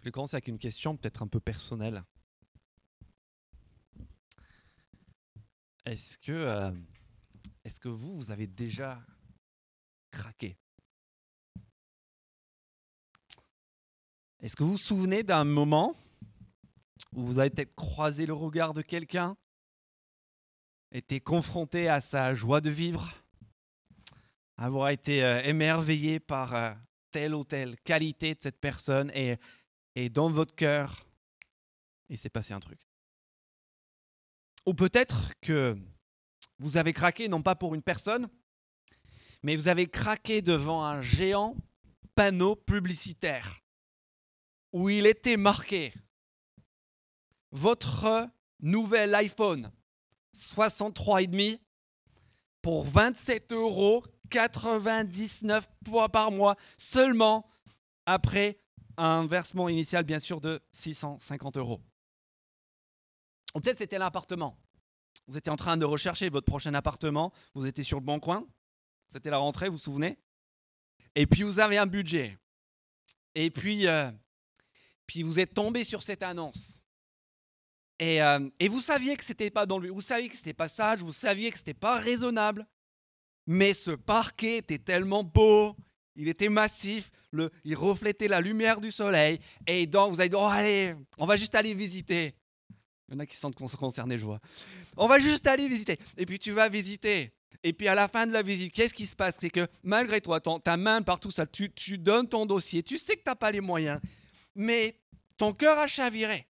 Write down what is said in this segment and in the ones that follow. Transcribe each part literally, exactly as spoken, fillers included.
Je vais commencer avec une question peut-être un peu personnelle. Est-ce que, euh, est-ce que vous, vous avez déjà craqué? Est-ce que vous vous souvenez d'un moment où vous avez peut-être croisé le regard de quelqu'un, été confronté à sa joie de vivre, avoir été euh, émerveillé par euh, telle ou telle qualité de cette personne et, et dans votre cœur, il s'est passé un truc. Ou peut-être que vous avez craqué non pas pour une personne, mais vous avez craqué devant un géant panneau publicitaire où il était marqué « Votre nouvel iPhone soixante-trois virgule cinq pour vingt-sept euros quatre-vingt-dix-neuf par mois seulement après un versement initial bien sûr de six cent cinquante euros. » Ou peut-être c'était l'appartement. Vous étiez en train de rechercher votre prochain appartement, vous étiez sur le bon coin, c'était la rentrée, vous vous souvenez? Et puis vous avez un budget. Et puis, euh, puis vous êtes tombé sur cette annonce. Et, euh, et vous saviez que ce n'était pas dans le, vous saviez que ce n'était pas sage, vous saviez que ce n'était pas raisonnable. Mais ce parquet était tellement beau, il était massif, le, il reflétait la lumière du soleil. Et donc vous avez dit, oh allez, on va juste aller visiter. Il y en a qui se sentent concernés, je vois. On va juste aller visiter. Et puis tu vas visiter. Et puis à la fin de la visite, qu'est-ce qui se passe? C'est que malgré toi, ton, ta main partout, ça, tu, tu donnes ton dossier, tu sais que tu n'as pas les moyens, mais ton cœur a chaviré.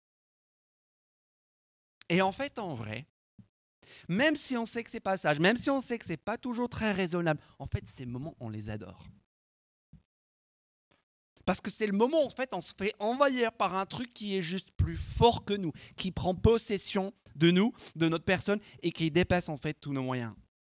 Et en fait, en vrai, même si on sait que c'est pas sage, même si on sait que c'est pas toujours très raisonnable, en fait, ces moments, on les adore. Parce que c'est le moment où en fait, on se fait envahir par un truc qui est juste plus fort que nous, qui prend possession de nous, de notre personne, et qui dépasse en fait tous nos moyens.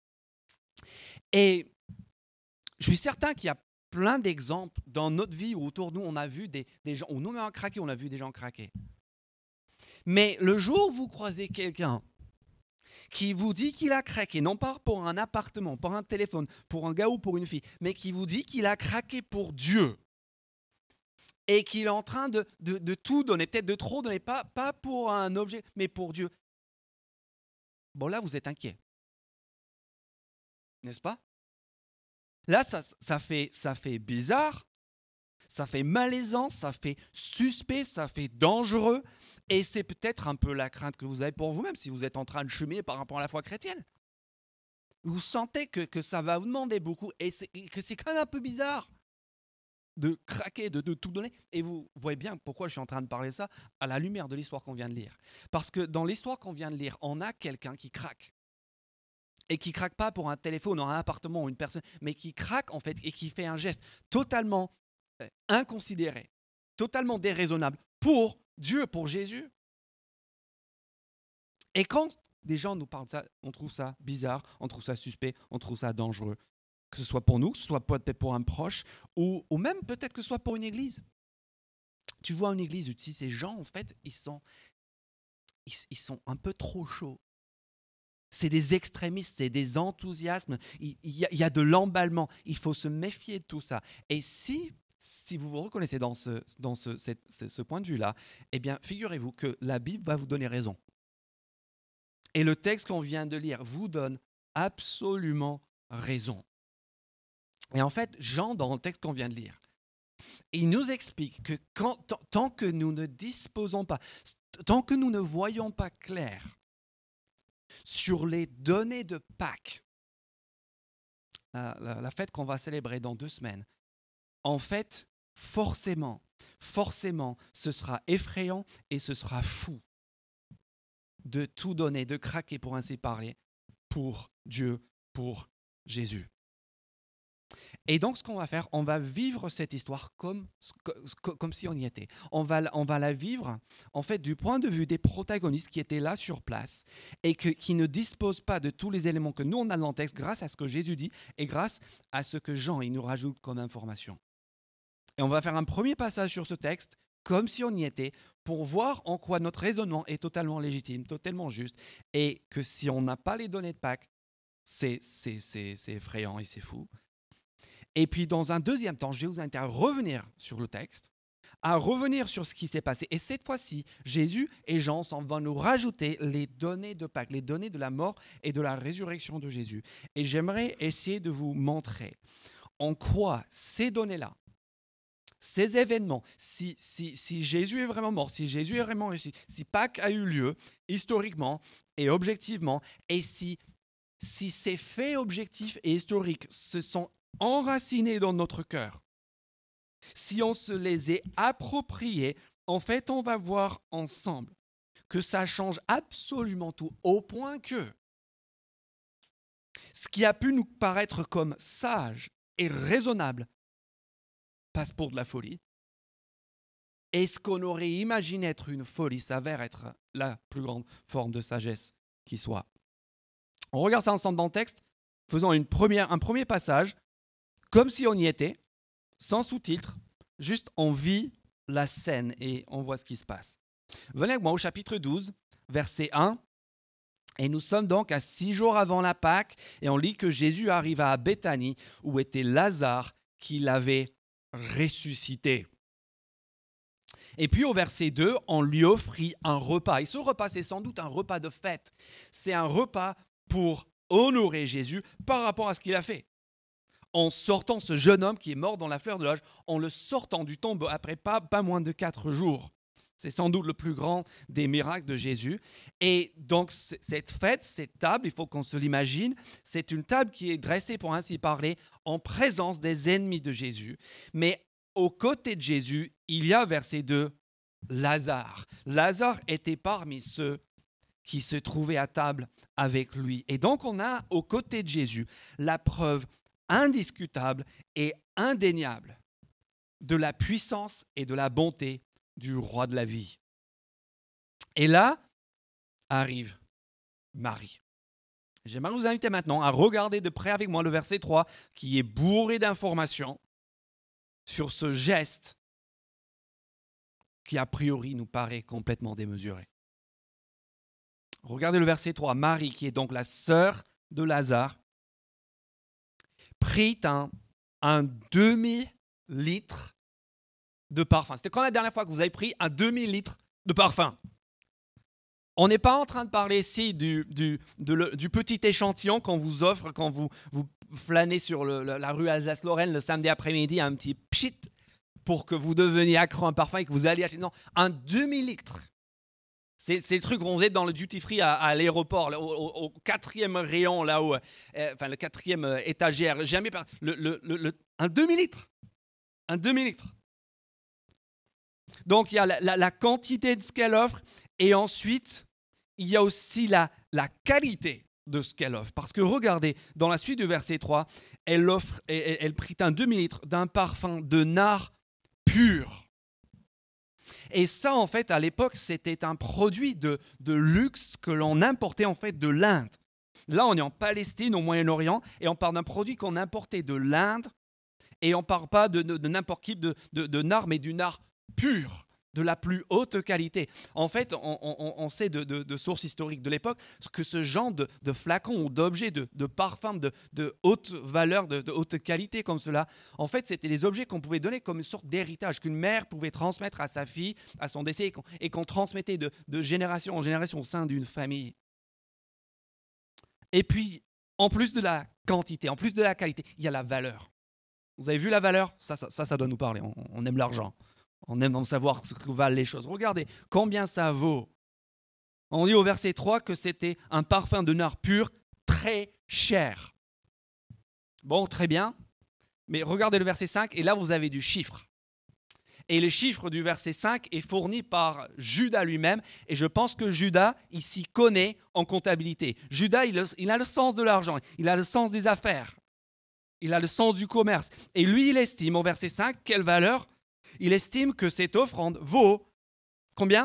Et je suis certain qu'il y a plein d'exemples dans notre vie où autour de nous, on a vu des, des gens, où nous-mêmes on a craqué, on a vu des gens craquer. Mais le jour où vous croisez quelqu'un qui vous dit qu'il a craqué, non pas pour un appartement, pour un téléphone, pour un gars ou pour une fille, mais qui vous dit qu'il a craqué pour Dieu et qu'il est en train de, de, de tout donner, peut-être de trop donner, pas, pas pour un objet, mais pour Dieu. Bon, là, vous êtes inquiet. N'est-ce pas? Là, ça, ça, fait, ça fait bizarre, ça fait malaisant, ça fait suspect, ça fait dangereux. Et c'est peut-être un peu la crainte que vous avez pour vous-même si vous êtes en train de cheminer par rapport à la foi chrétienne. Vous sentez que, que ça va vous demander beaucoup et c'est, que c'est quand même un peu bizarre de craquer, de, de tout donner. Et vous voyez bien pourquoi je suis en train de parler ça à la lumière de l'histoire qu'on vient de lire. Parce que dans l'histoire qu'on vient de lire, on a quelqu'un qui craque. Et qui craque pas pour un téléphone, un appartement ou une personne, mais qui craque en fait et qui fait un geste totalement euh, inconsidéré, totalement déraisonnable pour Dieu, pour Jésus. Et quand des gens nous parlent de ça, on trouve ça bizarre, on trouve ça suspect, on trouve ça dangereux. Que ce soit pour nous, que ce soit peut-être pour un proche, ou, ou même peut-être que ce soit pour une église. Tu vois une église où ces gens, en fait, ils sont, ils, ils sont un peu trop chauds. C'est des extrémistes, c'est des enthousiasmes, il, il, y a, il y a de l'emballement, il faut se méfier de tout ça. Et si, si vous vous reconnaissez dans ce, dans ce, cette, ce, ce point de vue-là, eh bien, figurez-vous que la Bible va vous donner raison. Et le texte qu'on vient de lire vous donne absolument raison. Et en fait, Jean, dans le texte qu'on vient de lire, il nous explique que quand, tant, tant que nous ne disposons pas, tant que nous ne voyons pas clair sur les données de Pâques, la, la, la fête qu'on va célébrer dans deux semaines, en fait, forcément, forcément, ce sera effrayant et ce sera fou de tout donner, de craquer pour ainsi parler, pour Dieu, pour Jésus. Et donc, ce qu'on va faire, on va vivre cette histoire comme, comme si on y était. On va, on va la vivre, en fait, du point de vue des protagonistes qui étaient là sur place et que, qui ne disposent pas de tous les éléments que nous, on a dans le texte grâce à ce que Jésus dit et grâce à ce que Jean, il nous rajoute comme information. Et on va faire un premier passage sur ce texte, comme si on y était, pour voir en quoi notre raisonnement est totalement légitime, totalement juste, et que si on n'a pas les données de Pâques, c'est, c'est, c'est, c'est effrayant et c'est fou. Et puis, dans un deuxième temps, je vais vous inviter à revenir sur le texte, à revenir sur ce qui s'est passé. Et cette fois-ci, Jésus et Jean vont nous rajouter les données de Pâques, les données de la mort et de la résurrection de Jésus. Et j'aimerais essayer de vous montrer en quoi ces données-là, ces événements, si, si, si Jésus est vraiment mort, si Jésus est vraiment ressuscité, si Pâques a eu lieu historiquement et objectivement, et si, si ces faits objectifs et historiques se sont enracinés dans notre cœur, si on se les est appropriés, en fait, on va voir ensemble que ça change absolument tout, au point que ce qui a pu nous paraître comme sage et raisonnable passe pour de la folie. Et ce qu'on aurait imaginé être une folie s'avère être la plus grande forme de sagesse qui soit. On regarde ça ensemble dans le texte, faisant une première, un premier passage, comme si on y était, sans sous-titres, juste on vit la scène et on voit ce qui se passe. Venez avec moi au chapitre douze, verset un. Et nous sommes donc à six jours avant la Pâque et on lit que Jésus arriva à Béthanie où était Lazare qui l'avait ressuscité. Et puis au verset deux, on lui offrit un repas. Et ce repas, c'est sans doute un repas de fête. C'est un repas pour honorer Jésus par rapport à ce qu'il a fait. En sortant ce jeune homme qui est mort dans la fleur de l'âge, en le sortant du tombeau après pas, pas moins de quatre jours. C'est sans doute le plus grand des miracles de Jésus. Et donc cette fête, cette table, il faut qu'on se l'imagine, c'est une table qui est dressée, pour ainsi parler, en présence des ennemis de Jésus. Mais aux côtés de Jésus, il y a, verset deux, Lazare. Lazare était parmi ceux qui se trouvaient à table avec lui. Et donc on a aux côtés de Jésus la preuve indiscutable et indéniable de la puissance et de la bonté du roi de la vie. Et là arrive Marie. J'aimerais vous inviter maintenant à regarder de près avec moi le verset trois qui est bourré d'informations sur ce geste qui a priori nous paraît complètement démesuré. Regardez le verset trois. Marie, qui est donc la sœur de Lazare, prit un, un demi-litre de parfum. C'était quand la dernière fois que vous avez pris un demi-litre de parfum? On n'est pas en train de parler ici du, du, de le, du petit échantillon qu'on vous offre quand vous, vous flânez sur le, la rue Alsace-Lorraine le samedi après-midi, un petit pchit pour que vous deveniez accro à un parfum et que vous alliez acheter. Non, un demi-litre. C'est, c'est le truc qu'on faisait dans le duty-free à, à l'aéroport, là, au, au, au quatrième rayon, là où, euh, enfin le quatrième euh, étagère. Jamais le, le, le, le, un demi-litre. Un demi-litre. Donc il y a la, la, la quantité de ce qu'elle offre et ensuite il y a aussi la, la qualité de ce qu'elle offre. Parce que regardez, dans la suite du verset trois, elle, offre, elle, elle prit un demi-litre d'un parfum de nard pur. Et ça, en fait, à l'époque, c'était un produit de, de luxe que l'on importait en fait de l'Inde. Là, on est en Palestine, au Moyen-Orient, et on parle d'un produit qu'on importait de l'Inde, et on ne parle pas de, de, de n'importe qui de, de, de nard, mais du nard pur, de la plus haute qualité. En fait, on, on, on sait de, de, de sources historiques de l'époque que ce genre de, de flacons ou d'objets, de, de parfums de, de haute valeur, de, de haute qualité comme cela, en fait, c'était des objets qu'on pouvait donner comme une sorte d'héritage, qu'une mère pouvait transmettre à sa fille, à son décès, et qu'on, et qu'on transmettait de, de génération en génération au sein d'une famille. Et puis, en plus de la quantité, en plus de la qualité, il y a la valeur. Vous avez vu la valeur ? Ça, ça, ça, ça doit nous parler. On, on aime l'argent. On aime en savoir ce que valent les choses. Regardez, combien ça vaut. On dit au verset trois que c'était un parfum de nard pur très cher. Bon, très bien. Mais regardez le verset cinq, et là, vous avez du chiffre. Et le chiffre du verset cinq est fourni par Judas lui-même. Et je pense que Judas, il s'y connaît en comptabilité. Judas, il, il a le sens de l'argent. Il a le sens des affaires. Il a le sens du commerce. Et lui, il estime au verset cinq, quelle valeur ? Il estime que cette offrande vaut combien ?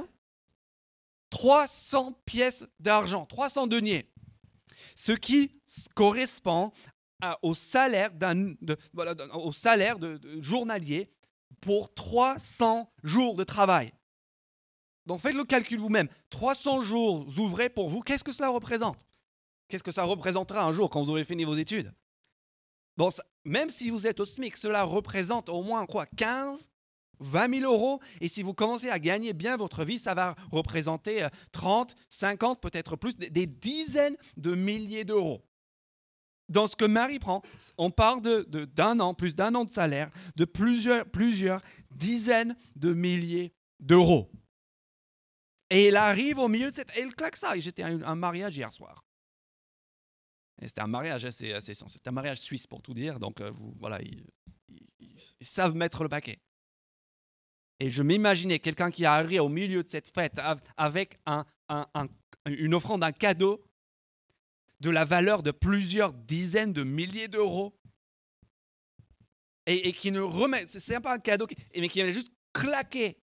trois cents pièces d'argent, trois cents deniers. Ce qui correspond à, au salaire, d'un, de, voilà, au salaire de, de journalier pour trois cents jours de travail. Donc faites le calcul vous-même. trois cents jours ouvrés pour vous, qu'est-ce que cela représente ? Qu'est-ce que ça représentera un jour quand vous aurez fini vos études ? Bon, ça, même si vous êtes au SMIC, cela représente au moins quoi, quinze vingt mille euros. Et si vous commencez à gagner bien votre vie, ça va représenter trente, cinquante, peut-être plus, des dizaines de milliers d'euros. Dans ce que Marie prend, on parle de, de, d'un an, plus d'un an de salaire, de plusieurs, plusieurs dizaines de milliers d'euros. Et elle arrive au milieu de cette... Elle claque ça. Et j'étais à un, un mariage hier soir. Et c'était un mariage assez, assez c'était un mariage suisse pour tout dire. Donc euh, vous, voilà, ils, ils, ils savent mettre le paquet. Et je m'imaginais quelqu'un qui arrive au milieu de cette fête avec un, un, un, une offrande, un cadeau de la valeur de plusieurs dizaines de milliers d'euros. Et, et qui ne remet... C'est pas un cadeau, mais qui vient juste claquer,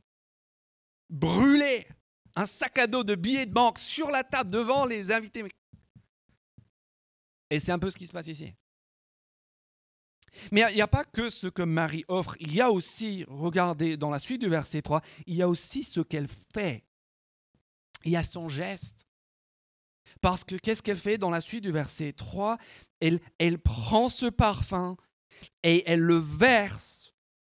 brûler un sac à dos de billets de banque sur la table devant les invités. Et c'est un peu ce qui se passe ici. Mais il n'y a pas que ce que Marie offre. Il y a aussi, regardez dans la suite du verset trois, il y a aussi ce qu'elle fait. Il y a son geste. Parce que qu'est-ce qu'elle fait dans la suite du verset trois? Elle, elle prend ce parfum et elle le verse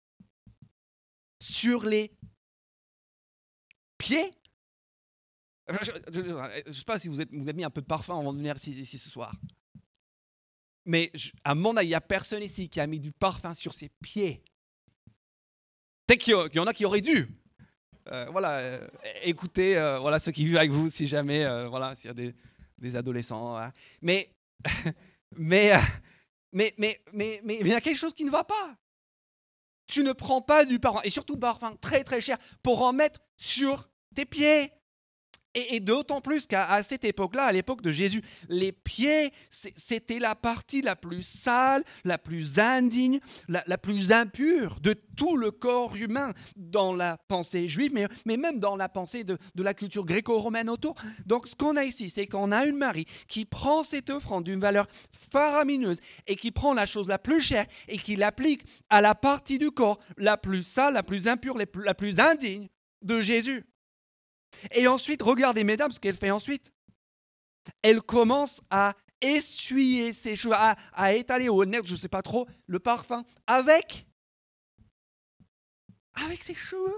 sur les pieds. Je ne sais pas si vous, êtes, vous avez mis un peu de parfum avant de venir ici, ici ce soir. Mais je, à mon avis, il n'y a personne ici qui a mis du parfum sur ses pieds. Peut-être qu'il y en a qui auraient dû. Euh, voilà, euh, écoutez, euh, voilà ceux qui vivent avec vous, si jamais, euh, voilà, s'il y a des, des adolescents. Voilà. Mais, mais, mais, mais, mais, mais, mais il y a quelque chose qui ne va pas. Tu ne prends pas du parfum, et surtout parfum très très cher, pour en mettre sur tes pieds. Et, et d'autant plus qu'à à cette époque-là, à l'époque de Jésus, les pieds, c'était la partie la plus sale, la plus indigne, la, la plus impure de tout le corps humain dans la pensée juive, mais, mais même dans la pensée de, de la culture gréco-romaine autour. Donc ce qu'on a ici, c'est qu'on a une Marie qui prend cette offrande d'une valeur faramineuse et qui prend la chose la plus chère et qui l'applique à la partie du corps la plus sale, la plus impure, la plus indigne de Jésus. Et ensuite, regardez, mesdames, ce qu'elle fait ensuite. Elle commence à essuyer ses cheveux, à, à étaler au nez, je ne sais pas trop, le parfum avec, avec ses cheveux.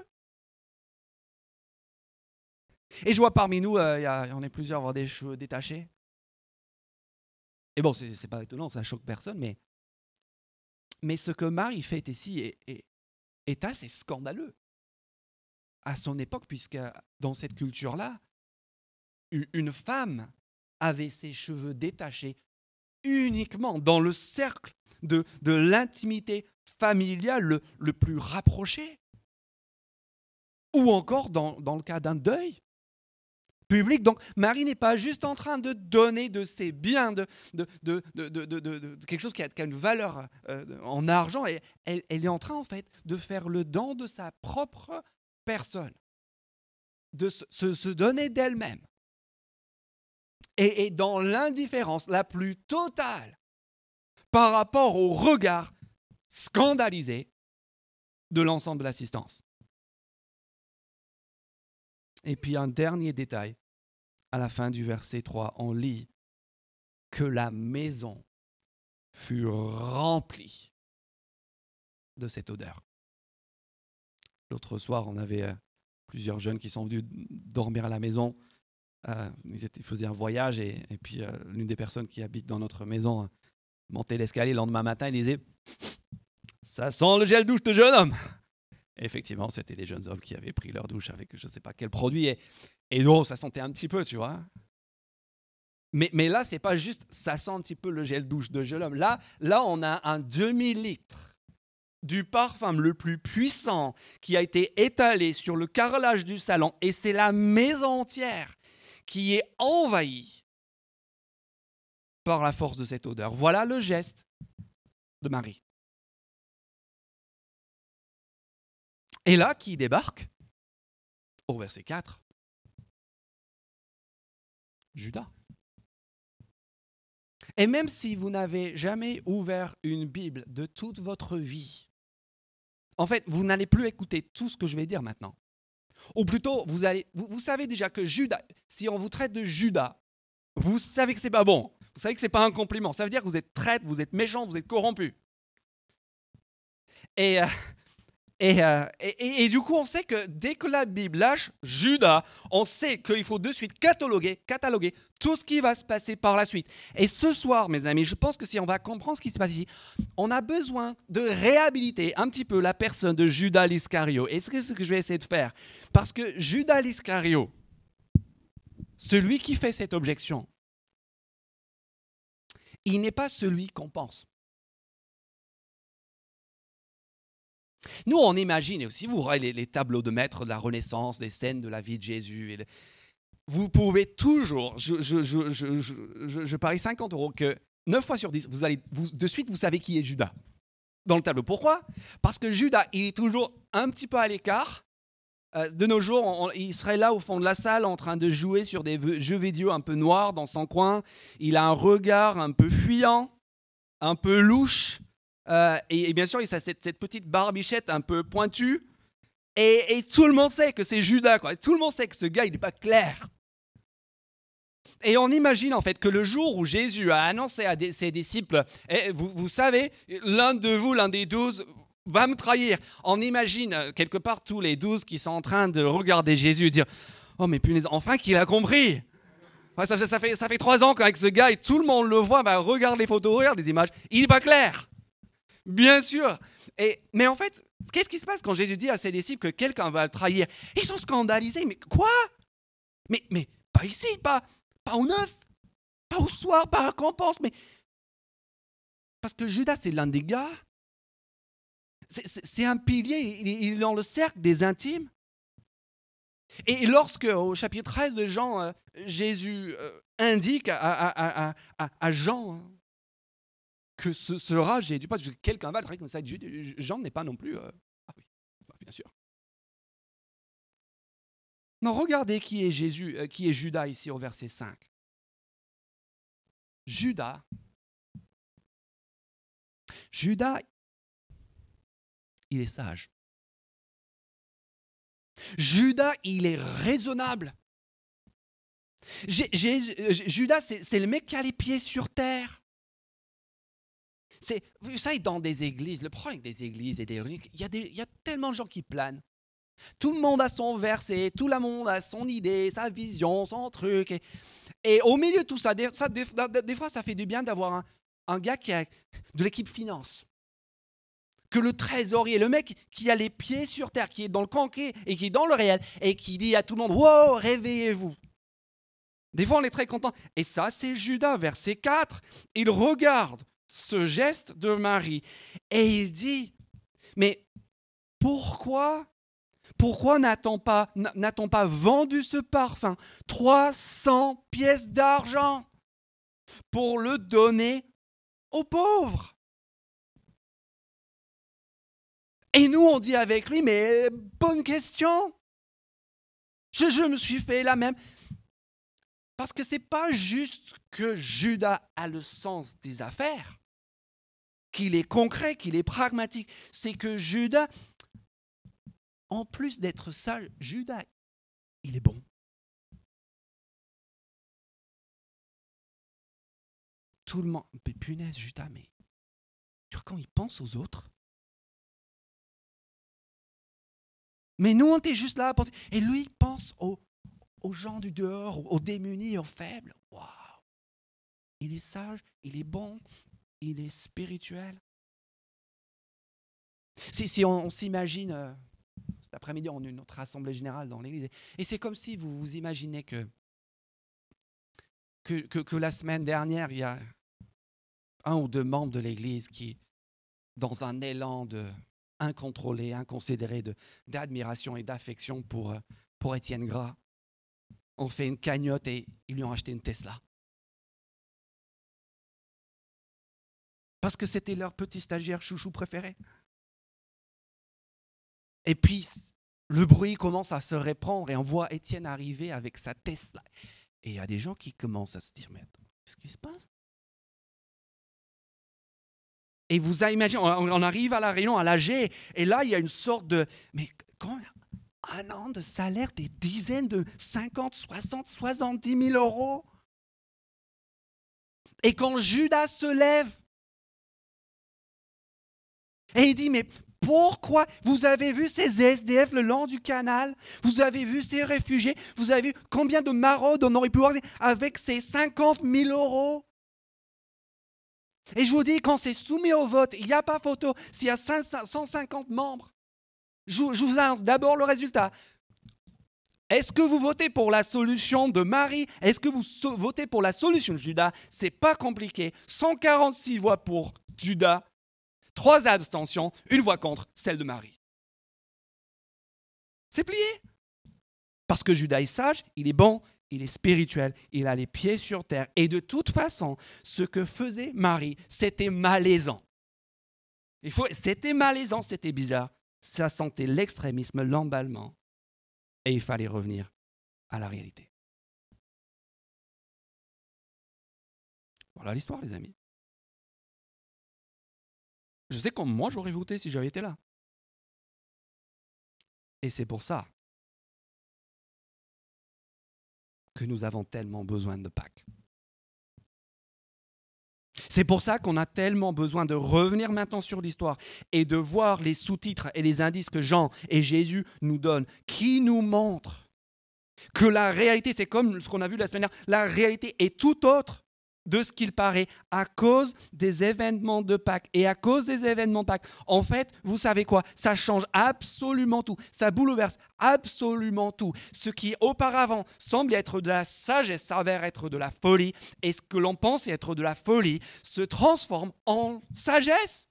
Et je vois parmi nous, euh, y a, on est plusieurs à avoir des cheveux détachés. Et bon, c'est, c'est pas étonnant, ça choque personne, mais, mais ce que Marie fait ici est, est, est assez scandaleux à son époque, puisque dans cette culture-là, une femme avait ses cheveux détachés uniquement dans le cercle de, de l'intimité familiale le, le plus rapproché, ou encore dans, dans le cas d'un deuil public. Donc Marie n'est pas juste en train de donner de ses biens, de, de, de, de, de, de, de, de quelque chose qui a, qui a une valeur euh, en argent, et elle, elle est en train en fait de faire le don de sa propre personne, de se, se, se donner d'elle-même. Et, et dans l'indifférence la plus totale par rapport au regard scandalisé de l'ensemble de l'assistance. Et puis un dernier détail, à la fin du verset trois, on lit que la maison fut remplie de cette odeur. L'autre soir, on avait plusieurs jeunes qui sont venus dormir à la maison. Euh, ils, étaient, ils faisaient un voyage et, et puis euh, l'une des personnes qui habite dans notre maison euh, montait l'escalier le lendemain matin et disait « Ça sent le gel douche de jeune homme !» Et effectivement, c'était des jeunes hommes qui avaient pris leur douche avec je ne sais pas quel produit. Et, et donc, ça sentait un petit peu, tu vois. Mais, mais là, ce n'est pas juste « ça sent un petit peu le gel douche de jeune homme ». Là, là, on a un demi-litre du parfum le plus puissant qui a été étalé sur le carrelage du salon. Et c'est la maison entière qui est envahie par la force de cette odeur. Voilà le geste de Marie. Et là, qui débarque? Au verset quatre. Judas. Et même si vous n'avez jamais ouvert une Bible de toute votre vie, en fait, vous n'allez plus écouter tout ce que je vais dire maintenant. Ou plutôt, vous, allez, vous, vous savez déjà que Judas, si on vous traite de Judas, vous savez que ce n'est pas bon. Vous savez que ce n'est pas un compliment. Ça veut dire que vous êtes traître, vous êtes méchant, vous êtes corrompu. Et, euh, Et, euh, et, et, et du coup, on sait que dès que la Bible lâche Judas, on sait qu'il faut de suite cataloguer, cataloguer tout ce qui va se passer par la suite. Et ce soir, mes amis, je pense que si on va comprendre ce qui se passe ici, on a besoin de réhabiliter un petit peu la personne de Judas l'Iscario. Et c'est ce que je vais essayer de faire. Parce que Judas l'Iscario, celui qui fait cette objection, il n'est pas celui qu'on pense. Nous, on imagine, et aussi vous aurez les, les tableaux de maître de la Renaissance, des scènes de la vie de Jésus. Et le, vous pouvez toujours, je, je, je, je, je, je parie cinquante euros que neuf fois sur dix, vous allez, vous, de suite, vous savez qui est Judas dans le tableau. Pourquoi ? Parce que Judas, il est toujours un petit peu à l'écart. Euh, de nos jours, on, il serait là au fond de la salle en train de jouer sur des jeux vidéo un peu noirs dans son coin. Il a un regard un peu fuyant, un peu louche. Euh, et, et bien sûr, il a cette, cette petite barbichette un peu pointue. Et, et tout le monde sait que c'est Judas, quoi. Tout le monde sait que ce gars, il n'est pas clair. Et on imagine en fait que le jour où Jésus a annoncé à des, ses disciples, eh, vous, vous savez, l'un de vous, l'un des douze, va me trahir. On imagine quelque part tous les douze qui sont en train de regarder Jésus et dire « Oh mais punaise, enfin qu'il a compris !» Ouais, ça, ça, fait, ça fait trois ans qu'avec ce gars, et tout le monde le voit, bah, regarde les photos, regarde les images, il n'est pas clair. Bien sûr. Et, mais en fait, qu'est-ce qui se passe quand Jésus dit à ses disciples que quelqu'un va le trahir ? Ils sont scandalisés. Mais quoi ? mais, mais pas ici, pas, pas au neuf, pas au soir, pas à qu'on pense. Mais... Parce que Judas, c'est l'un des gars. C'est, c'est, c'est un pilier. Il, il est dans le cercle des intimes. Et lorsque, au chapitre treize de Jean, euh, Jésus euh, indique à, à, à, à, à Jean... Hein, que ce sera Jésus, pas que quelqu'un va le trahir comme ça. Jean n'est pas non plus. Euh... Ah oui, bien sûr. Non, regardez qui est Jésus, euh, qui est Judas ici au verset cinq. Judas, Judas, il est sage. Judas, il est raisonnable. J- J- Judas, c'est, c'est le mec qui a les pieds sur terre. C'est, vous savez, dans des églises, le problème avec des églises et des religions, il y a des, il y a tellement de gens qui planent. Tout le monde a son verset, tout le monde a son idée, sa vision, son truc. Et, et au milieu de tout ça, des, ça, des, des fois, ça fait du bien d'avoir un, un gars qui a de l'équipe finance. Que le trésorier, le mec qui a les pieds sur terre, qui est dans le concret et qui est dans le réel, et qui dit à tout le monde « Wow, réveillez-vous ». Des fois, on est très content. Et ça, c'est Judas, verset quatre. Il regarde ce geste de Marie et il dit « Mais pourquoi, pourquoi n'a-t-on pas, n'a-t-on pas vendu ce parfum trois cents pièces d'argent pour le donner aux pauvres ?» Et nous, on dit avec lui « Mais bonne question, je, je me suis fait la même. » Parce que ce n'est pas juste que Judas a le sens des affaires, qu'il est concret, qu'il est pragmatique. C'est que Judas, en plus d'être sage, Judas, il est bon. Tout le monde, mais punaise, Judas, mais quand il pense aux autres. Mais nous, on était juste là à penser. Et lui, il pense aux, aux gens du dehors, aux démunis, aux faibles. Waouh! Il est sage, il est bon, il est spirituel. Si, si on, on s'imagine, euh, cet après-midi, on a une autre assemblée générale dans l'église, et c'est comme si vous vous imaginez que, que, que, que la semaine dernière, il y a un ou deux membres de l'église qui, dans un élan de incontrôlé, inconsidéré de, d'admiration et d'affection pour, pour Étienne Gras, ont fait une cagnotte et ils lui ont acheté une Tesla. Parce que c'était leur petit stagiaire chouchou préféré. Et puis, le bruit commence à se répandre et on voit Étienne arriver avec sa Tesla. Et il y a des gens qui commencent à se dire, mais attends, qu'est-ce qui se passe? Et vous imaginez, on arrive à la réunion, à l'A G, et là, il y a une sorte de... Mais quand un an de salaire, des dizaines de cinquante, soixante, soixante-dix mille euros. Et quand Judas se lève, et il dit, mais Pourquoi? Vous avez vu ces S D F le long du canal? Vous avez vu ces réfugiés? Vous avez vu combien de maraudes on aurait pu avoir avec ces cinquante mille euros? Et je vous dis, quand c'est soumis au vote, il n'y a pas photo. S'il y a cent cinquante membres, je, je vous annonce d'abord le résultat. Est-ce que vous votez pour la solution de Marie? Est-ce que vous so- votez pour la solution de Judas? C'est pas compliqué. cent quarante-six voix pour Judas, trois abstentions, une voix contre, celle de Marie. C'est plié. Parce que Judas est sage, il est bon, il est spirituel, il a les pieds sur terre. Et de toute façon, ce que faisait Marie, c'était malaisant. Il faut, c'était malaisant, c'était bizarre. Ça sentait l'extrémisme, l'emballement. Et il fallait revenir à la réalité. Voilà l'histoire, les amis. Je sais comme moi, j'aurais voté si j'avais été là. Et c'est pour ça que nous avons tellement besoin de Pâques. C'est pour ça qu'on a tellement besoin de revenir maintenant sur l'histoire et de voir les sous-titres et les indices que Jean et Jésus nous donnent, qui nous montrent que la réalité, c'est comme ce qu'on a vu la semaine dernière, la réalité est tout autre de ce qu'il paraît à cause des événements de Pâques. Et à cause des événements de Pâques, en fait, vous savez quoi? Ça change absolument tout. Ça bouleverse absolument tout. Ce qui auparavant semble être de la sagesse s'avère être de la folie. Et ce que l'on pense être de la folie se transforme en sagesse.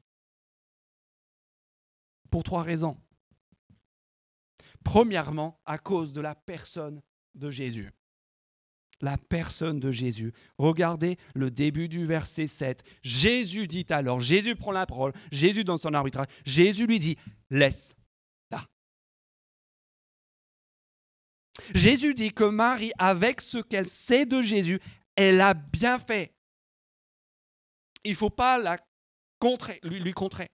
Pour trois raisons. Premièrement, à cause de la personne de Jésus. La personne de Jésus. Regardez le début du verset sept. Jésus dit alors, Jésus prend la parole, Jésus donne son arbitrage, Jésus lui dit, laisse là. Jésus dit que Marie, avec ce qu'elle sait de Jésus, elle a bien fait. Il ne faut pas la contrer, lui, lui contrer.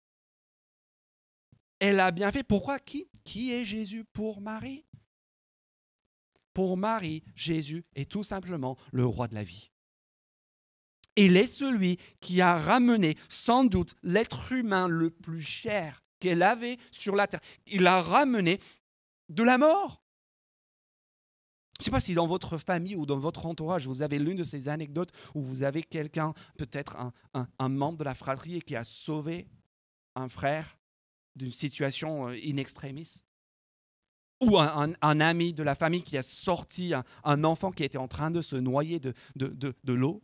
Elle a bien fait. Pourquoi? Qui? Qui est Jésus pour Marie? Pour Marie, Jésus est tout simplement le roi de la vie. Il est celui qui a ramené sans doute l'être humain le plus cher qu'elle avait sur la terre. Il a ramené de la mort. Je ne sais pas si dans votre famille ou dans votre entourage, vous avez l'une de ces anecdotes où vous avez quelqu'un, peut-être un, un, un membre de la fratrie qui a sauvé un frère d'une situation in extremis. Ou un, un, un ami de la famille qui a sorti un, un enfant qui était en train de se noyer de, de, de, de l'eau.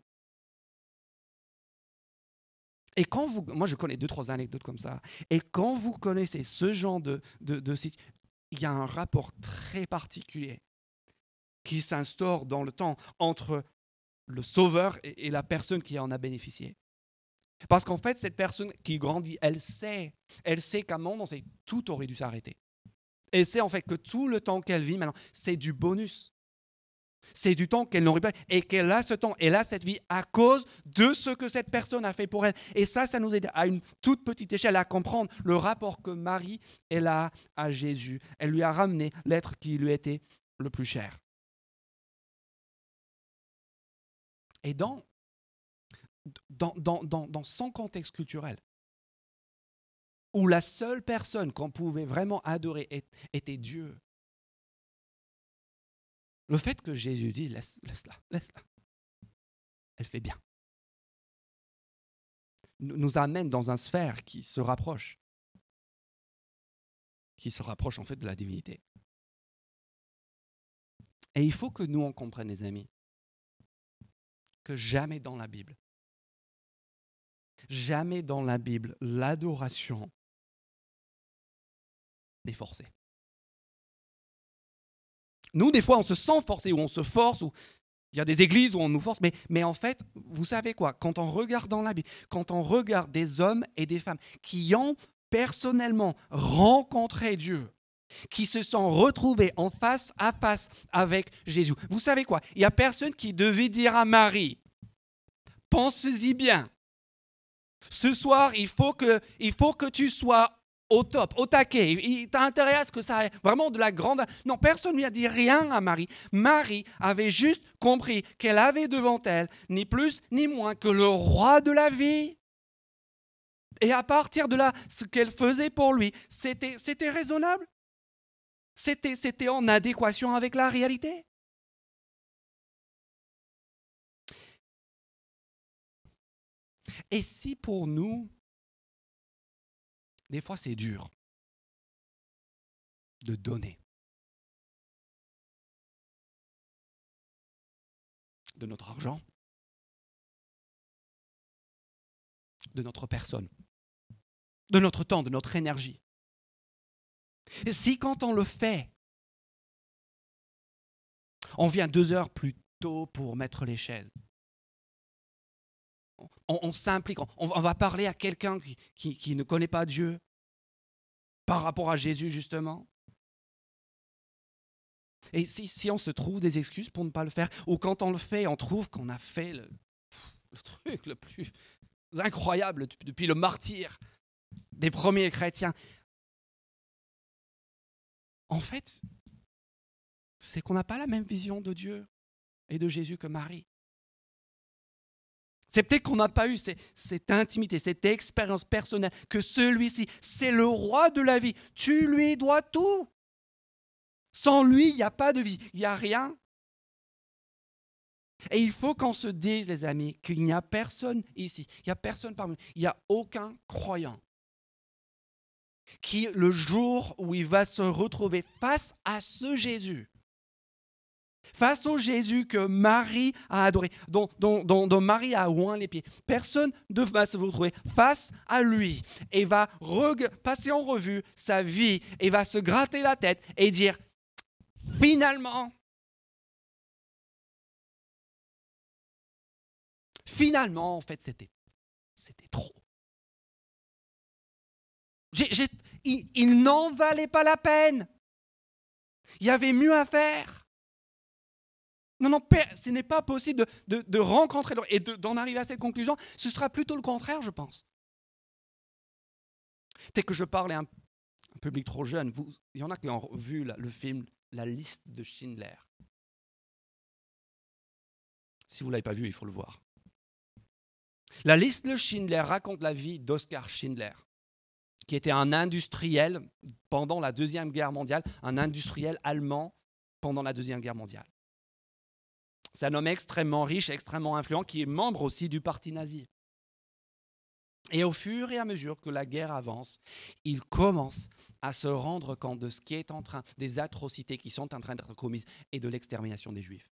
Et quand vous, moi je connais deux, trois anecdotes comme ça. Et quand vous connaissez ce genre de, de, de situation, il y a un rapport très particulier qui s'instaure dans le temps entre le sauveur et, et la personne qui en a bénéficié. Parce qu'en fait, cette personne qui grandit, elle sait, elle sait qu'à un moment, tout aurait dû s'arrêter. Et c'est en fait que tout le temps qu'elle vit maintenant, c'est du bonus. C'est du temps qu'elle n'aurait pas et qu'elle a ce temps, elle a cette vie à cause de ce que cette personne a fait pour elle. Et ça, ça nous aide à une toute petite échelle à comprendre le rapport que Marie, elle a à Jésus. Elle lui a ramené l'être qui lui était le plus cher. Et dans, dans, dans, dans, dans son contexte culturel, où la seule personne qu'on pouvait vraiment adorer était Dieu. Le fait que Jésus dit, laisse, laisse-la, laisse-la, elle fait bien, nous amène dans une sphère qui se rapproche, qui se rapproche en fait de la divinité. Et il faut que nous en comprenions, les amis, que jamais dans la Bible, jamais dans la Bible, l'adoration n'est forcée. Nous, des fois, on se sent forcé, ou on se force, ou il y a des églises où on nous force, mais, mais en fait, vous savez quoi? Quand on regarde dans la Bible, quand on regarde des hommes et des femmes qui ont personnellement rencontré Dieu, qui se sont retrouvés en face à face avec Jésus, vous savez quoi? Il n'y a personne qui devait dire à Marie, pense-y bien, ce soir, il faut que, il faut que tu sois au top, au taquet. Tu as intérêt à ce que ça ait vraiment de la grande... Non, personne ne lui a dit rien à Marie. Marie avait juste compris qu'elle avait devant elle ni plus ni moins que le roi de la vie. Et à partir de là, ce qu'elle faisait pour lui, c'était, c'était raisonnable. C'était, c'était en adéquation avec la réalité. Et si pour nous, des fois c'est dur de donner de notre argent, de notre personne, de notre temps, de notre énergie. Et si quand on le fait, on vient deux heures plus tôt pour mettre les chaises, on, on s'implique, on, on va parler à quelqu'un qui, qui, qui ne connaît pas Dieu par rapport à Jésus justement. Et si, si on se trouve des excuses pour ne pas le faire, ou quand on le fait, on trouve qu'on a fait le, le truc le plus incroyable depuis le martyre des premiers chrétiens, en fait, c'est qu'on n'a pas la même vision de Dieu et de Jésus que Marie. C'est peut-être qu'on n'a pas eu cette, cette intimité, cette expérience personnelle, que celui-ci, c'est le roi de la vie. Tu lui dois tout. Sans lui, il n'y a pas de vie, il n'y a rien. Et il faut qu'on se dise, les amis, qu'il n'y a personne ici, il n'y a personne parmi nous, il n'y a aucun croyant qui, le jour où il va se retrouver face à ce Jésus, face au Jésus que Marie a adoré, dont, dont, dont, dont Marie a oint les pieds, personne ne va se retrouver face à lui et va reg- passer en revue sa vie et va se gratter la tête et dire finalement, finalement, en fait, c'était, c'était trop. J'ai, j'ai, il, il n'en valait pas la peine. Il y avait mieux à faire. Non, non, ce n'est pas possible de, de, de rencontrer et de, d'en arriver à cette conclusion. Ce sera plutôt le contraire, je pense. Dès que je parle à un, un public trop jeune, vous, il y en a qui ont vu la, le film La liste de Schindler. Si vous ne l'avez pas vu, il faut le voir. La liste de Schindler raconte la vie d'Oskar Schindler, qui était un industriel pendant la Deuxième Guerre mondiale, un industriel allemand pendant la Deuxième Guerre mondiale. C'est un homme extrêmement riche, extrêmement influent, qui est membre aussi du parti nazi. Et au fur et à mesure que la guerre avance, il commence à se rendre compte de ce qui est en train, des atrocités qui sont en train d'être commises et de l'extermination des Juifs.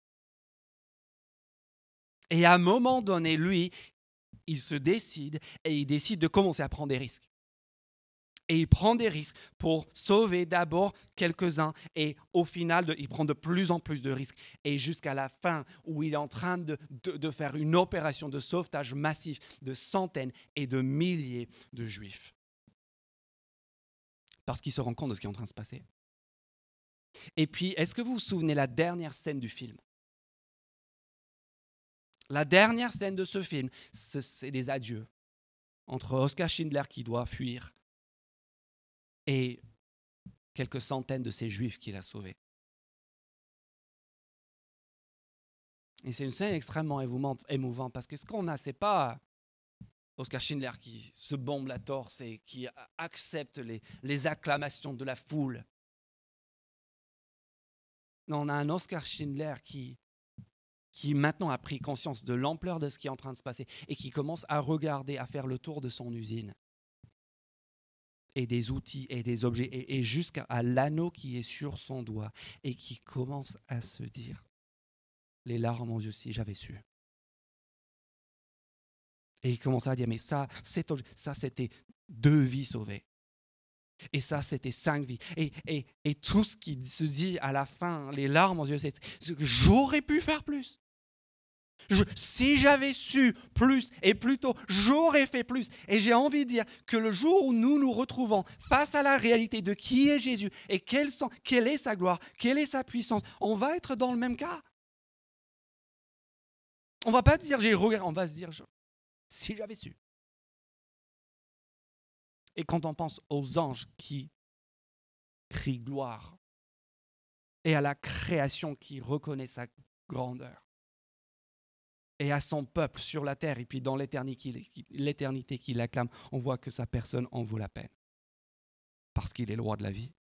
Et à un moment donné, lui, il se décide et il décide de commencer à prendre des risques. Et il prend des risques pour sauver d'abord quelques-uns et au final, de, il prend de plus en plus de risques. Et jusqu'à la fin où il est en train de, de, de faire une opération de sauvetage massif de centaines et de milliers de Juifs. Parce qu'il se rend compte de ce qui est en train de se passer. Et puis, est-ce que vous vous souvenez la dernière scène du film ? La dernière scène de ce film, c'est les adieux entre Oskar Schindler qui doit fuir et quelques centaines de ces Juifs qu'il a sauvés. Et c'est une scène extrêmement émouvante parce que ce qu'on a, c'est pas Oskar Schindler qui se bombe la torse et qui accepte les, les acclamations de la foule. Non, on a un Oskar Schindler qui, qui maintenant a pris conscience de l'ampleur de ce qui est en train de se passer et qui commence à regarder, à faire le tour de son usine. Et des outils et des objets, et, et jusqu'à l'anneau qui est sur son doigt, et qui commence à se dire, les larmes aux yeux, si j'avais su. Et il commence à dire, mais ça, c'est, ça c'était deux vies sauvées. Et ça, c'était cinq vies. Et, et, et tout ce qui se dit à la fin, les larmes aux yeux, c'est que j'aurais pu faire plus. Je, si j'avais su plus et plus tôt, j'aurais fait plus. Et j'ai envie de dire que le jour où nous nous retrouvons face à la réalité de qui est Jésus et quelle, sont, quelle est sa gloire, quelle est sa puissance, on va être dans le même cas. On ne va pas dire j'ai regardé, on va se dire je, si j'avais su. Et quand on pense aux anges qui crient gloire et à la création qui reconnaît sa grandeur, et à son peuple sur la terre, et puis dans l'éternité, l'éternité qu'il acclame, on voit que sa personne en vaut la peine. Parce qu'il est le roi de la vie.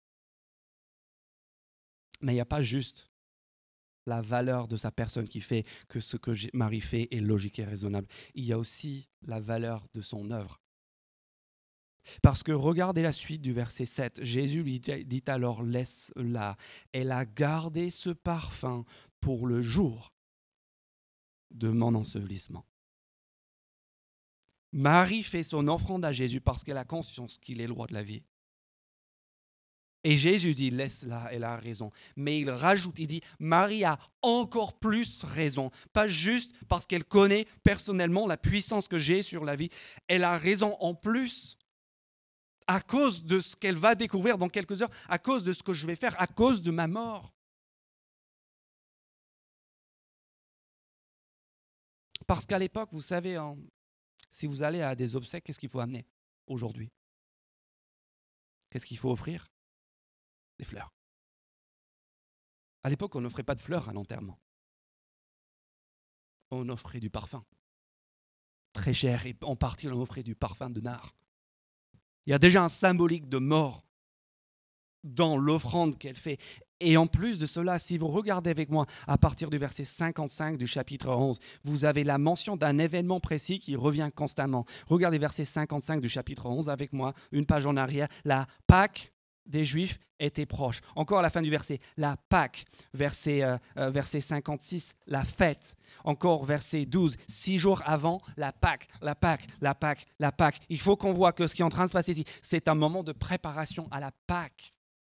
Mais il n'y a pas juste la valeur de sa personne qui fait que ce que Marie fait est logique et raisonnable. Il y a aussi la valeur de son œuvre. Parce que regardez la suite du verset sept. Jésus lui dit alors, laisse-la. Elle a gardé ce parfum pour le jour de mon ensevelissement. Marie fait son offrande à Jésus parce qu'elle a conscience qu'il est le roi de la vie. Et Jésus dit, laisse-la, elle a raison. Mais il rajoute, il dit, Marie a encore plus raison. Pas juste parce qu'elle connaît personnellement la puissance que j'ai sur la vie. Elle a raison en plus à cause de ce qu'elle va découvrir dans quelques heures, à cause de ce que je vais faire, à cause de ma mort. Parce qu'à l'époque, vous savez, hein, si vous allez à des obsèques, qu'est-ce qu'il faut amener aujourd'hui? Qu'est-ce qu'il faut offrir? Des fleurs. À l'époque, on n'offrait pas de fleurs à l'enterrement. On offrait du parfum. Très cher, et en partie, on offrait du parfum de nard. Il y a déjà un symbolique de mort dans l'offrande qu'elle fait. Et en plus de cela, si vous regardez avec moi à partir du verset cinquante-cinq du chapitre onze, vous avez la mention d'un événement précis qui revient constamment. Regardez verset cinquante-cinq du chapitre onze avec moi, une page en arrière. La Pâque des Juifs était proche. Encore à la fin du verset, la Pâque, verset, euh, euh, verset cinquante-six, la fête. Encore verset douze, six jours avant la Pâque, la Pâque, la Pâque, la Pâque. Il faut qu'on voit que ce qui est en train de se passer ici, c'est un moment de préparation à la Pâque.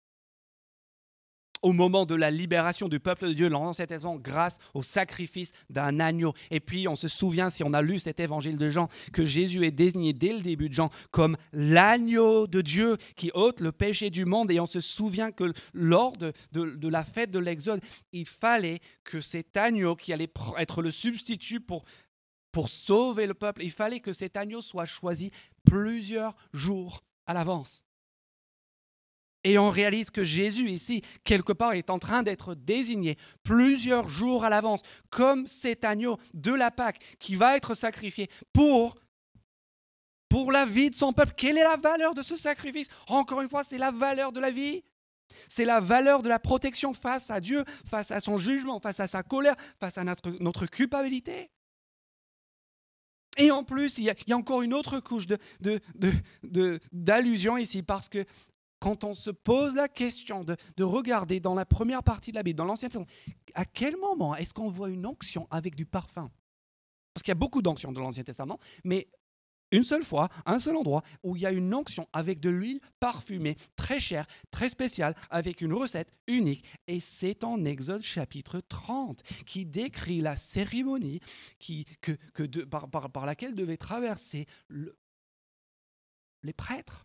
Au moment de la libération du peuple de Dieu, dans l'Ancien Testament, grâce au sacrifice d'un agneau. Et puis, on se souvient, si on a lu cet évangile de Jean, que Jésus est désigné dès le début de Jean comme l'agneau de Dieu qui ôte le péché du monde. Et on se souvient que lors de, de, de la fête de l'Exode, il fallait que cet agneau qui allait être le substitut pour, pour sauver le peuple, il fallait que cet agneau soit choisi plusieurs jours à l'avance. Et on réalise que Jésus, ici, quelque part, est en train d'être désigné plusieurs jours à l'avance, comme cet agneau de la Pâque qui va être sacrifié pour, pour la vie de son peuple. Quelle est la valeur de ce sacrifice? Encore une fois, c'est la valeur de la vie. C'est la valeur de la protection face à Dieu, face à son jugement, face à sa colère, face à notre, notre culpabilité. Et en plus, il y a, il y a encore une autre couche de, de, de, de, d'allusion ici, parce que quand on se pose la question de, de regarder dans la première partie de la Bible, dans l'Ancien Testament, à quel moment est-ce qu'on voit une onction avec du parfum? Parce qu'il y a beaucoup d'onctions dans l'Ancien Testament, mais une seule fois, un seul endroit où il y a une onction avec de l'huile parfumée, très chère, très spéciale, avec une recette unique. Et c'est en Exode chapitre trente, qui décrit la cérémonie qui, que, que de, par, par, par laquelle devaient traverser le, les prêtres.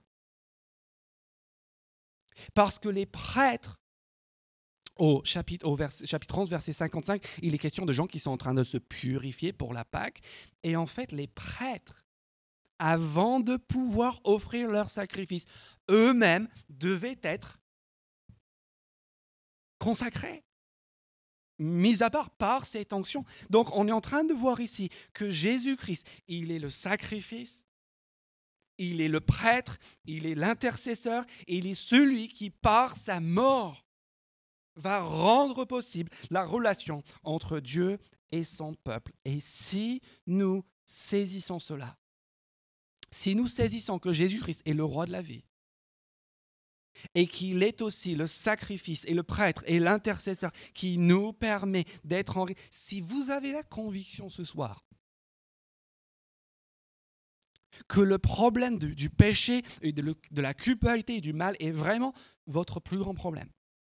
Parce que les prêtres, au chapitre, au vers, chapitre onze, verset cinquante-cinq, il est question de gens qui sont en train de se purifier pour la Pâque. Et en fait, les prêtres, avant de pouvoir offrir leur sacrifice, eux-mêmes devaient être consacrés, mis à part par cette onction. Donc, on est en train de voir ici que Jésus-Christ, il est le sacrifice. Il est le prêtre, il est l'intercesseur, et il est celui qui, par sa mort, va rendre possible la relation entre Dieu et son peuple. Et si nous saisissons cela, si nous saisissons que Jésus-Christ est le roi de la vie, et qu'il est aussi le sacrifice et le prêtre et l'intercesseur qui nous permet d'être en... Si vous avez la conviction ce soir que le problème du, du péché et de, le, de la culpabilité et du mal est vraiment votre plus grand problème.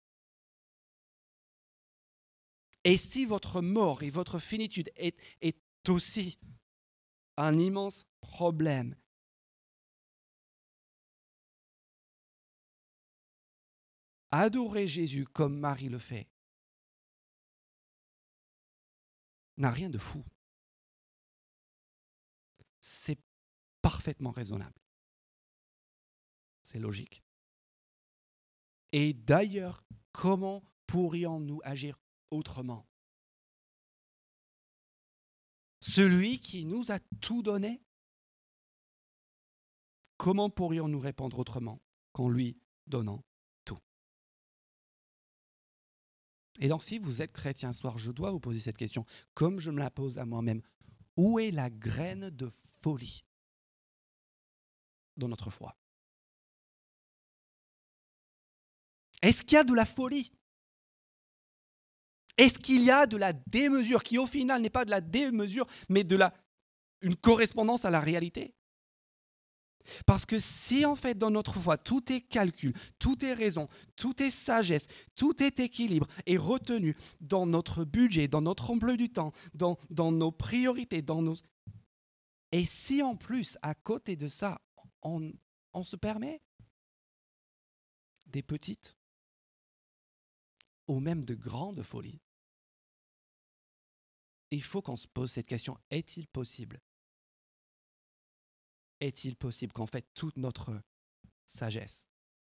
Et si votre mort et votre finitude est, est aussi un immense problème, adorer Jésus comme Marie le fait n'a rien de fou. C'est parfaitement raisonnable. C'est logique. Et d'ailleurs, comment pourrions-nous agir autrement? celui qui nous a tout donné. Comment pourrions-nous répondre autrement qu'en lui donnant tout? Et donc, si vous êtes chrétien ce soir, je dois vous poser cette question, comme je me la pose à moi-même. Où est la graine de folie dans notre foi? Est-ce qu'il y a de la folie? Est-ce qu'il y a de la démesure qui, au final, n'est pas de la démesure, mais de la, une correspondance à la réalité? Parce que si, en fait, dans notre foi, tout est calcul, tout est raison, tout est sagesse, tout est équilibre et retenu dans notre budget, dans notre emploi du temps, dans, dans nos priorités, dans nos... Et si, en plus, à côté de ça, on, on se permet des petites ou même de grandes folies, il faut qu'on se pose cette question, est-il possible? Est-il possible qu'en fait toute notre sagesse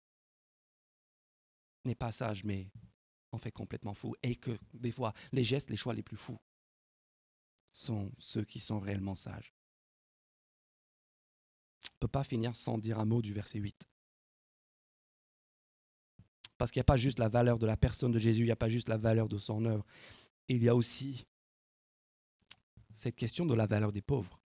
n'est pas sage, mais en fait complètement fou, et que des fois les gestes, les choix les plus fous sont ceux qui sont réellement sages? On ne peut pas finir sans dire un mot du verset huit. Parce qu'il n'y a pas juste la valeur de la personne de Jésus, il n'y a pas juste la valeur de son œuvre, il y a aussi cette question de la valeur des pauvres.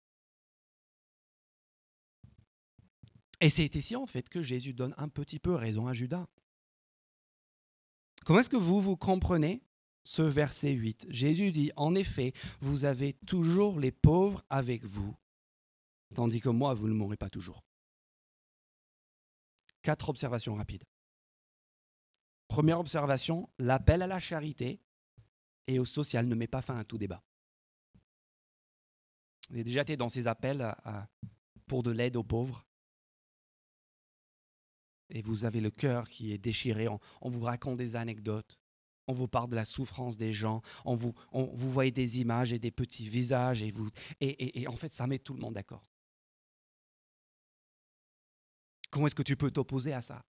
Et c'est ici en fait que Jésus donne un petit peu raison à Judas. Comment est-ce que vous, vous comprenez ce verset huit? Jésus dit, en effet, vous avez toujours les pauvres avec vous, tandis que moi, vous ne m'aurez pas toujours. Quatre observations rapides. Première observation, l'appel à la charité et au social ne met pas fin à tout débat. Vous avez déjà été dans ces appels à, à, pour de l'aide aux pauvres? Et vous avez le cœur qui est déchiré, on, on vous raconte des anecdotes, on vous parle de la souffrance des gens, on vous, on, vous voyez des images et des petits visages, et, vous, et, et, et en fait, ça met tout le monde d'accord. Comment est-ce que tu peux t'opposer à ça?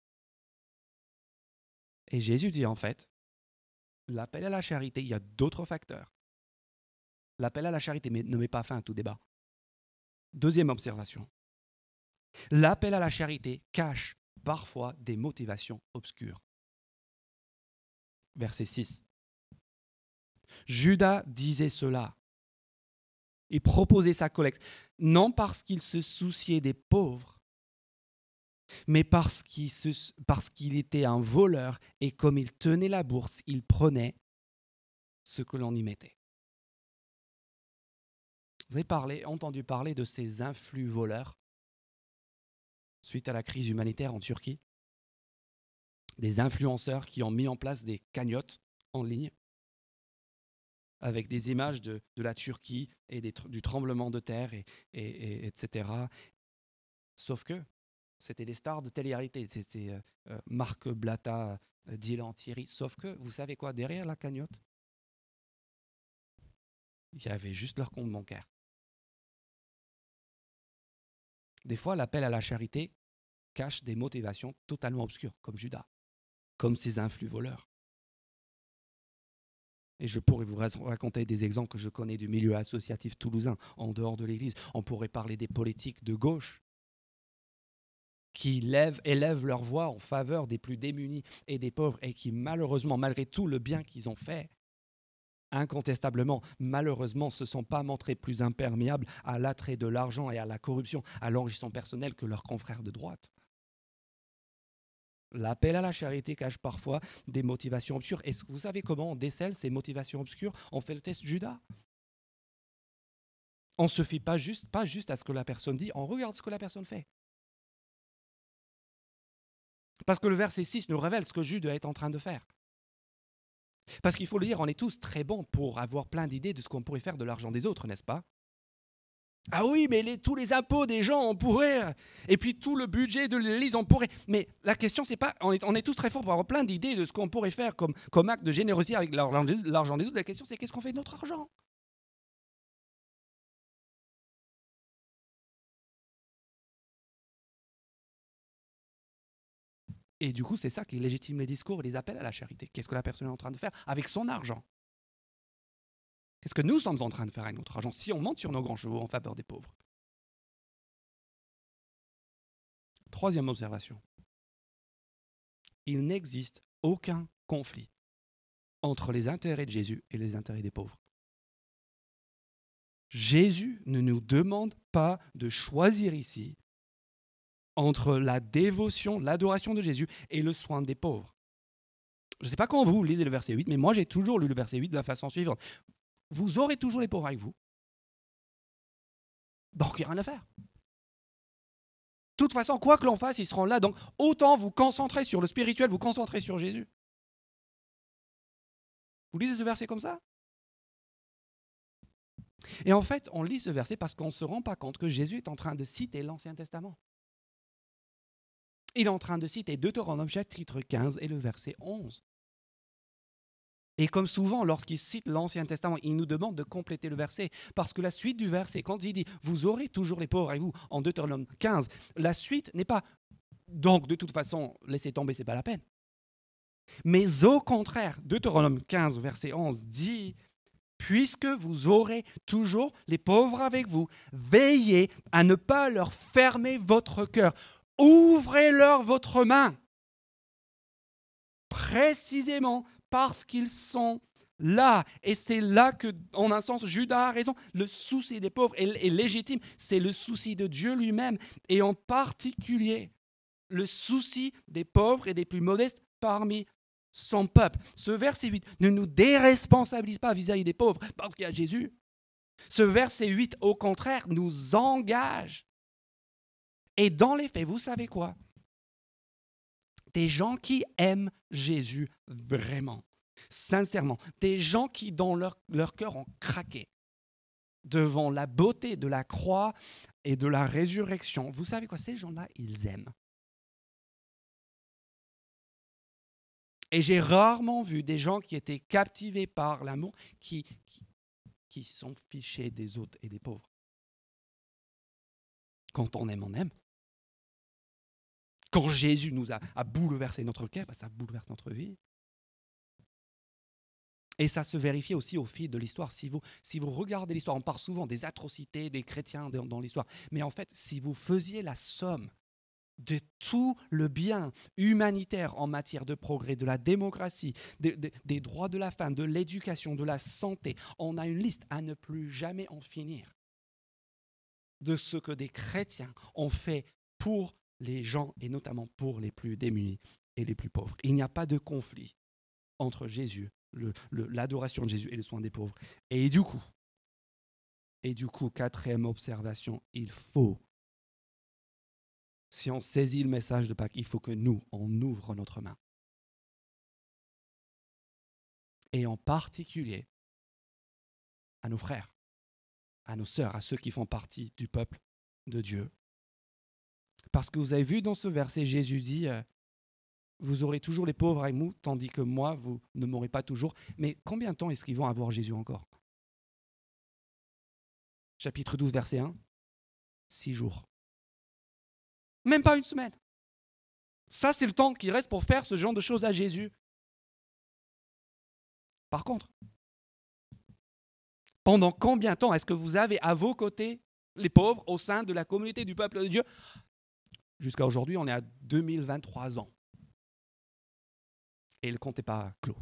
Et Jésus dit en fait, l'appel à la charité, il y a d'autres facteurs. L'appel à la charité ne met pas fin à tout débat. Deuxième observation, l'appel à la charité cache parfois des motivations obscures. Verset six. Judas disait cela. Il proposait sa collecte, non parce qu'il se souciait des pauvres, mais parce qu'il, se, parce qu'il était un voleur et comme il tenait la bourse, il prenait ce que l'on y mettait. Vous avez parlé, entendu parler de ces influx voleurs suite à la crise humanitaire en Turquie? Des influenceurs qui ont mis en place des cagnottes en ligne avec des images de, de la Turquie et des, du tremblement de terre, et, et, et, etc. Sauf que c'était des stars de télé-réalité. C'était euh, Marc Blatta, euh, Dylan Thierry. Sauf que, vous savez quoi, derrière la cagnotte, il y avait juste leur compte bancaire. Des fois, l'appel à la charité cache des motivations totalement obscures, comme Judas, comme ces influx voleurs. Et je pourrais vous raconter des exemples que je connais du milieu associatif toulousain, en dehors de l'Église. On pourrait parler des politiques de gauche qui lèvent, élèvent leur voix en faveur des plus démunis et des pauvres et qui, malheureusement, malgré tout le bien qu'ils ont fait, incontestablement, malheureusement, se sont pas montrés plus imperméables à l'attrait de l'argent et à la corruption, à l'enrichissement personnel que leurs confrères de droite. L'appel à la charité cache parfois des motivations obscures. Est-ce que vous savez comment on décèle ces motivations obscures? On fait le test Judas. On ne se fie pas juste, pas juste à ce que la personne dit, on regarde ce que la personne fait. Parce que le verset six nous révèle ce que Judas est en train de faire. Parce qu'il faut le dire, on est tous très bons pour avoir plein d'idées de ce qu'on pourrait faire de l'argent des autres, n'est-ce pas? Ah oui, mais les, tous les impôts des gens, on pourrait. Et puis tout le budget de l'Église, on pourrait. Mais la question, c'est pas. On est, on est tous très forts pour avoir plein d'idées de ce qu'on pourrait faire comme, comme acte de générosité avec l'argent des, l'argent des autres. La question, c'est qu'est-ce qu'on fait de notre argent? Et du coup, c'est ça qui légitime les discours et les appels à la charité. Qu'est-ce que la personne est en train de faire avec son argent? Qu'est-ce que nous sommes en train de faire avec notre argent si on monte sur nos grands chevaux en faveur des pauvres? Troisième observation. Il n'existe aucun conflit entre les intérêts de Jésus et les intérêts des pauvres. Jésus ne nous demande pas de choisir ici entre la dévotion, l'adoration de Jésus et le soin des pauvres. Je ne sais pas quand vous lisez le verset huit, mais moi j'ai toujours lu le verset huit de la façon suivante. Vous aurez toujours les pauvres avec vous, donc il n'y a rien à faire. De toute façon, quoi que l'on fasse, ils seront là, donc autant vous concentrer sur le spirituel, vous concentrer sur Jésus. Vous lisez ce verset comme ça? Et en fait, on lit ce verset parce qu'on ne se rend pas compte que Jésus est en train de citer l'Ancien Testament. Il est en train de citer Deutéronome chapitre quinze et le verset onze. Et comme souvent, lorsqu'il cite l'Ancien Testament, il nous demande de compléter le verset. Parce que la suite du verset, quand il dit « Vous aurez toujours les pauvres avec vous » en Deutéronome quinze, la suite n'est pas « Donc, de toute façon, laissez tomber, ce n'est pas la peine ». Mais au contraire, Deutéronome quinze, verset onze dit « Puisque vous aurez toujours les pauvres avec vous, veillez à ne pas leur fermer votre cœur. Ouvrez-leur votre main. » Précisément parce qu'ils sont là. Et c'est là que, en un sens, Judas a raison. Le souci des pauvres est, est légitime. C'est le souci de Dieu lui-même. Et en particulier, le souci des pauvres et des plus modestes parmi son peuple. Ce verset huit ne nous déresponsabilise pas vis-à-vis des pauvres parce qu'il y a Jésus. Ce verset huit, au contraire, nous engage. Et dans les faits, vous savez quoi? Des gens qui aiment Jésus vraiment, sincèrement, des gens qui dans leur, leur cœur ont craqué devant la beauté de la croix et de la résurrection. Vous savez quoi? Ces gens-là, ils aiment. Et j'ai rarement vu des gens qui étaient captivés par l'amour qui, qui, qui sont fichés des autres et des pauvres. Quand on aime, on aime. Quand Jésus nous a, a bouleversé notre cœur, ben ça bouleverse notre vie. Et ça se vérifie aussi au fil de l'histoire. Si vous, si vous regardez l'histoire, on parle souvent des atrocités des chrétiens dans, dans l'histoire. Mais en fait, si vous faisiez la somme de tout le bien humanitaire en matière de progrès, de la démocratie, de, de, des droits de la femme, de l'éducation, de la santé, on a une liste à ne plus jamais en finir de ce que des chrétiens ont fait pour les gens et notamment pour les plus démunis et les plus pauvres. Il n'y a pas de conflit entre Jésus, le, le, l'adoration de Jésus et le soin des pauvres. Et du coup, et du coup, quatrième observation, il faut, si on saisit le message de Pâques, il faut que nous, on ouvre notre main. Et en particulier à nos frères, à nos sœurs, à ceux qui font partie du peuple de Dieu. Parce que vous avez vu dans ce verset, Jésus dit euh, « Vous aurez toujours les pauvres avec vous, tandis que moi, vous ne m'aurez pas toujours. » Mais combien de temps est-ce qu'ils vont avoir Jésus encore? Chapitre douze, verset un. Six jours. Même pas une semaine. Ça, c'est le temps qui reste pour faire ce genre de choses à Jésus. Par contre, pendant combien de temps est-ce que vous avez à vos côtés les pauvres au sein de la communauté du peuple de Dieu? Jusqu'à aujourd'hui, on est à deux mille vingt-trois ans. Et le compte n'est pas clos.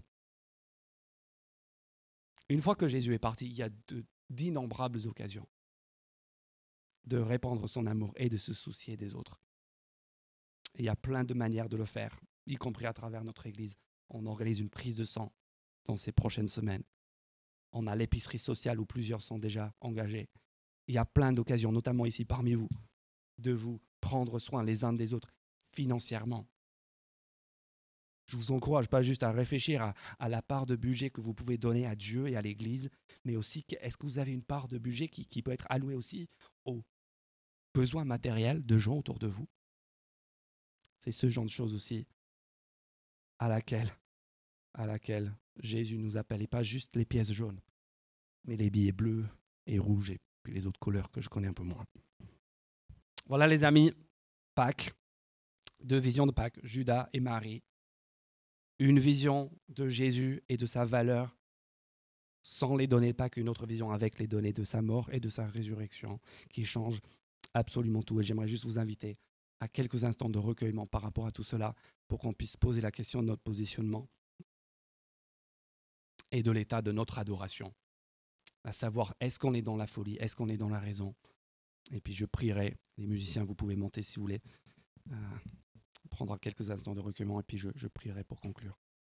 Une fois que Jésus est parti, il y a de, d'innombrables occasions de répandre son amour et de se soucier des autres. Et il y a plein de manières de le faire, y compris à travers notre Église. On organise une prise de sang dans ces prochaines semaines. On a l'épicerie sociale où plusieurs sont déjà engagés. Il y a plein d'occasions, notamment ici parmi vous, de vous prendre soin les uns des autres financièrement. Je vous encourage pas juste à réfléchir à, à la part de budget que vous pouvez donner à Dieu et à l'Église, mais aussi, est-ce que vous avez une part de budget qui, qui peut être allouée aussi aux besoins matériels de gens autour de vous? C'est ce genre de choses aussi à laquelle, à laquelle Jésus nous appelle, et pas juste les pièces jaunes, mais les billets bleus et rouges et puis les autres couleurs que je connais un peu moins. Voilà les amis, Pâques, deux visions de Pâques, Judas et Marie. Une vision de Jésus et de sa valeur sans les données, pas qu'une autre vision, avec les données de sa mort et de sa résurrection, qui change absolument tout. Et j'aimerais juste vous inviter à quelques instants de recueillement par rapport à tout cela, pour qu'on puisse poser la question de notre positionnement et de l'état de notre adoration. À savoir, est-ce qu'on est dans la folie? Est-ce qu'on est dans la raison? Et puis je prierai, les musiciens, vous pouvez monter si vous voulez, euh, prendre quelques instants de recueillement, et puis je, je prierai pour conclure.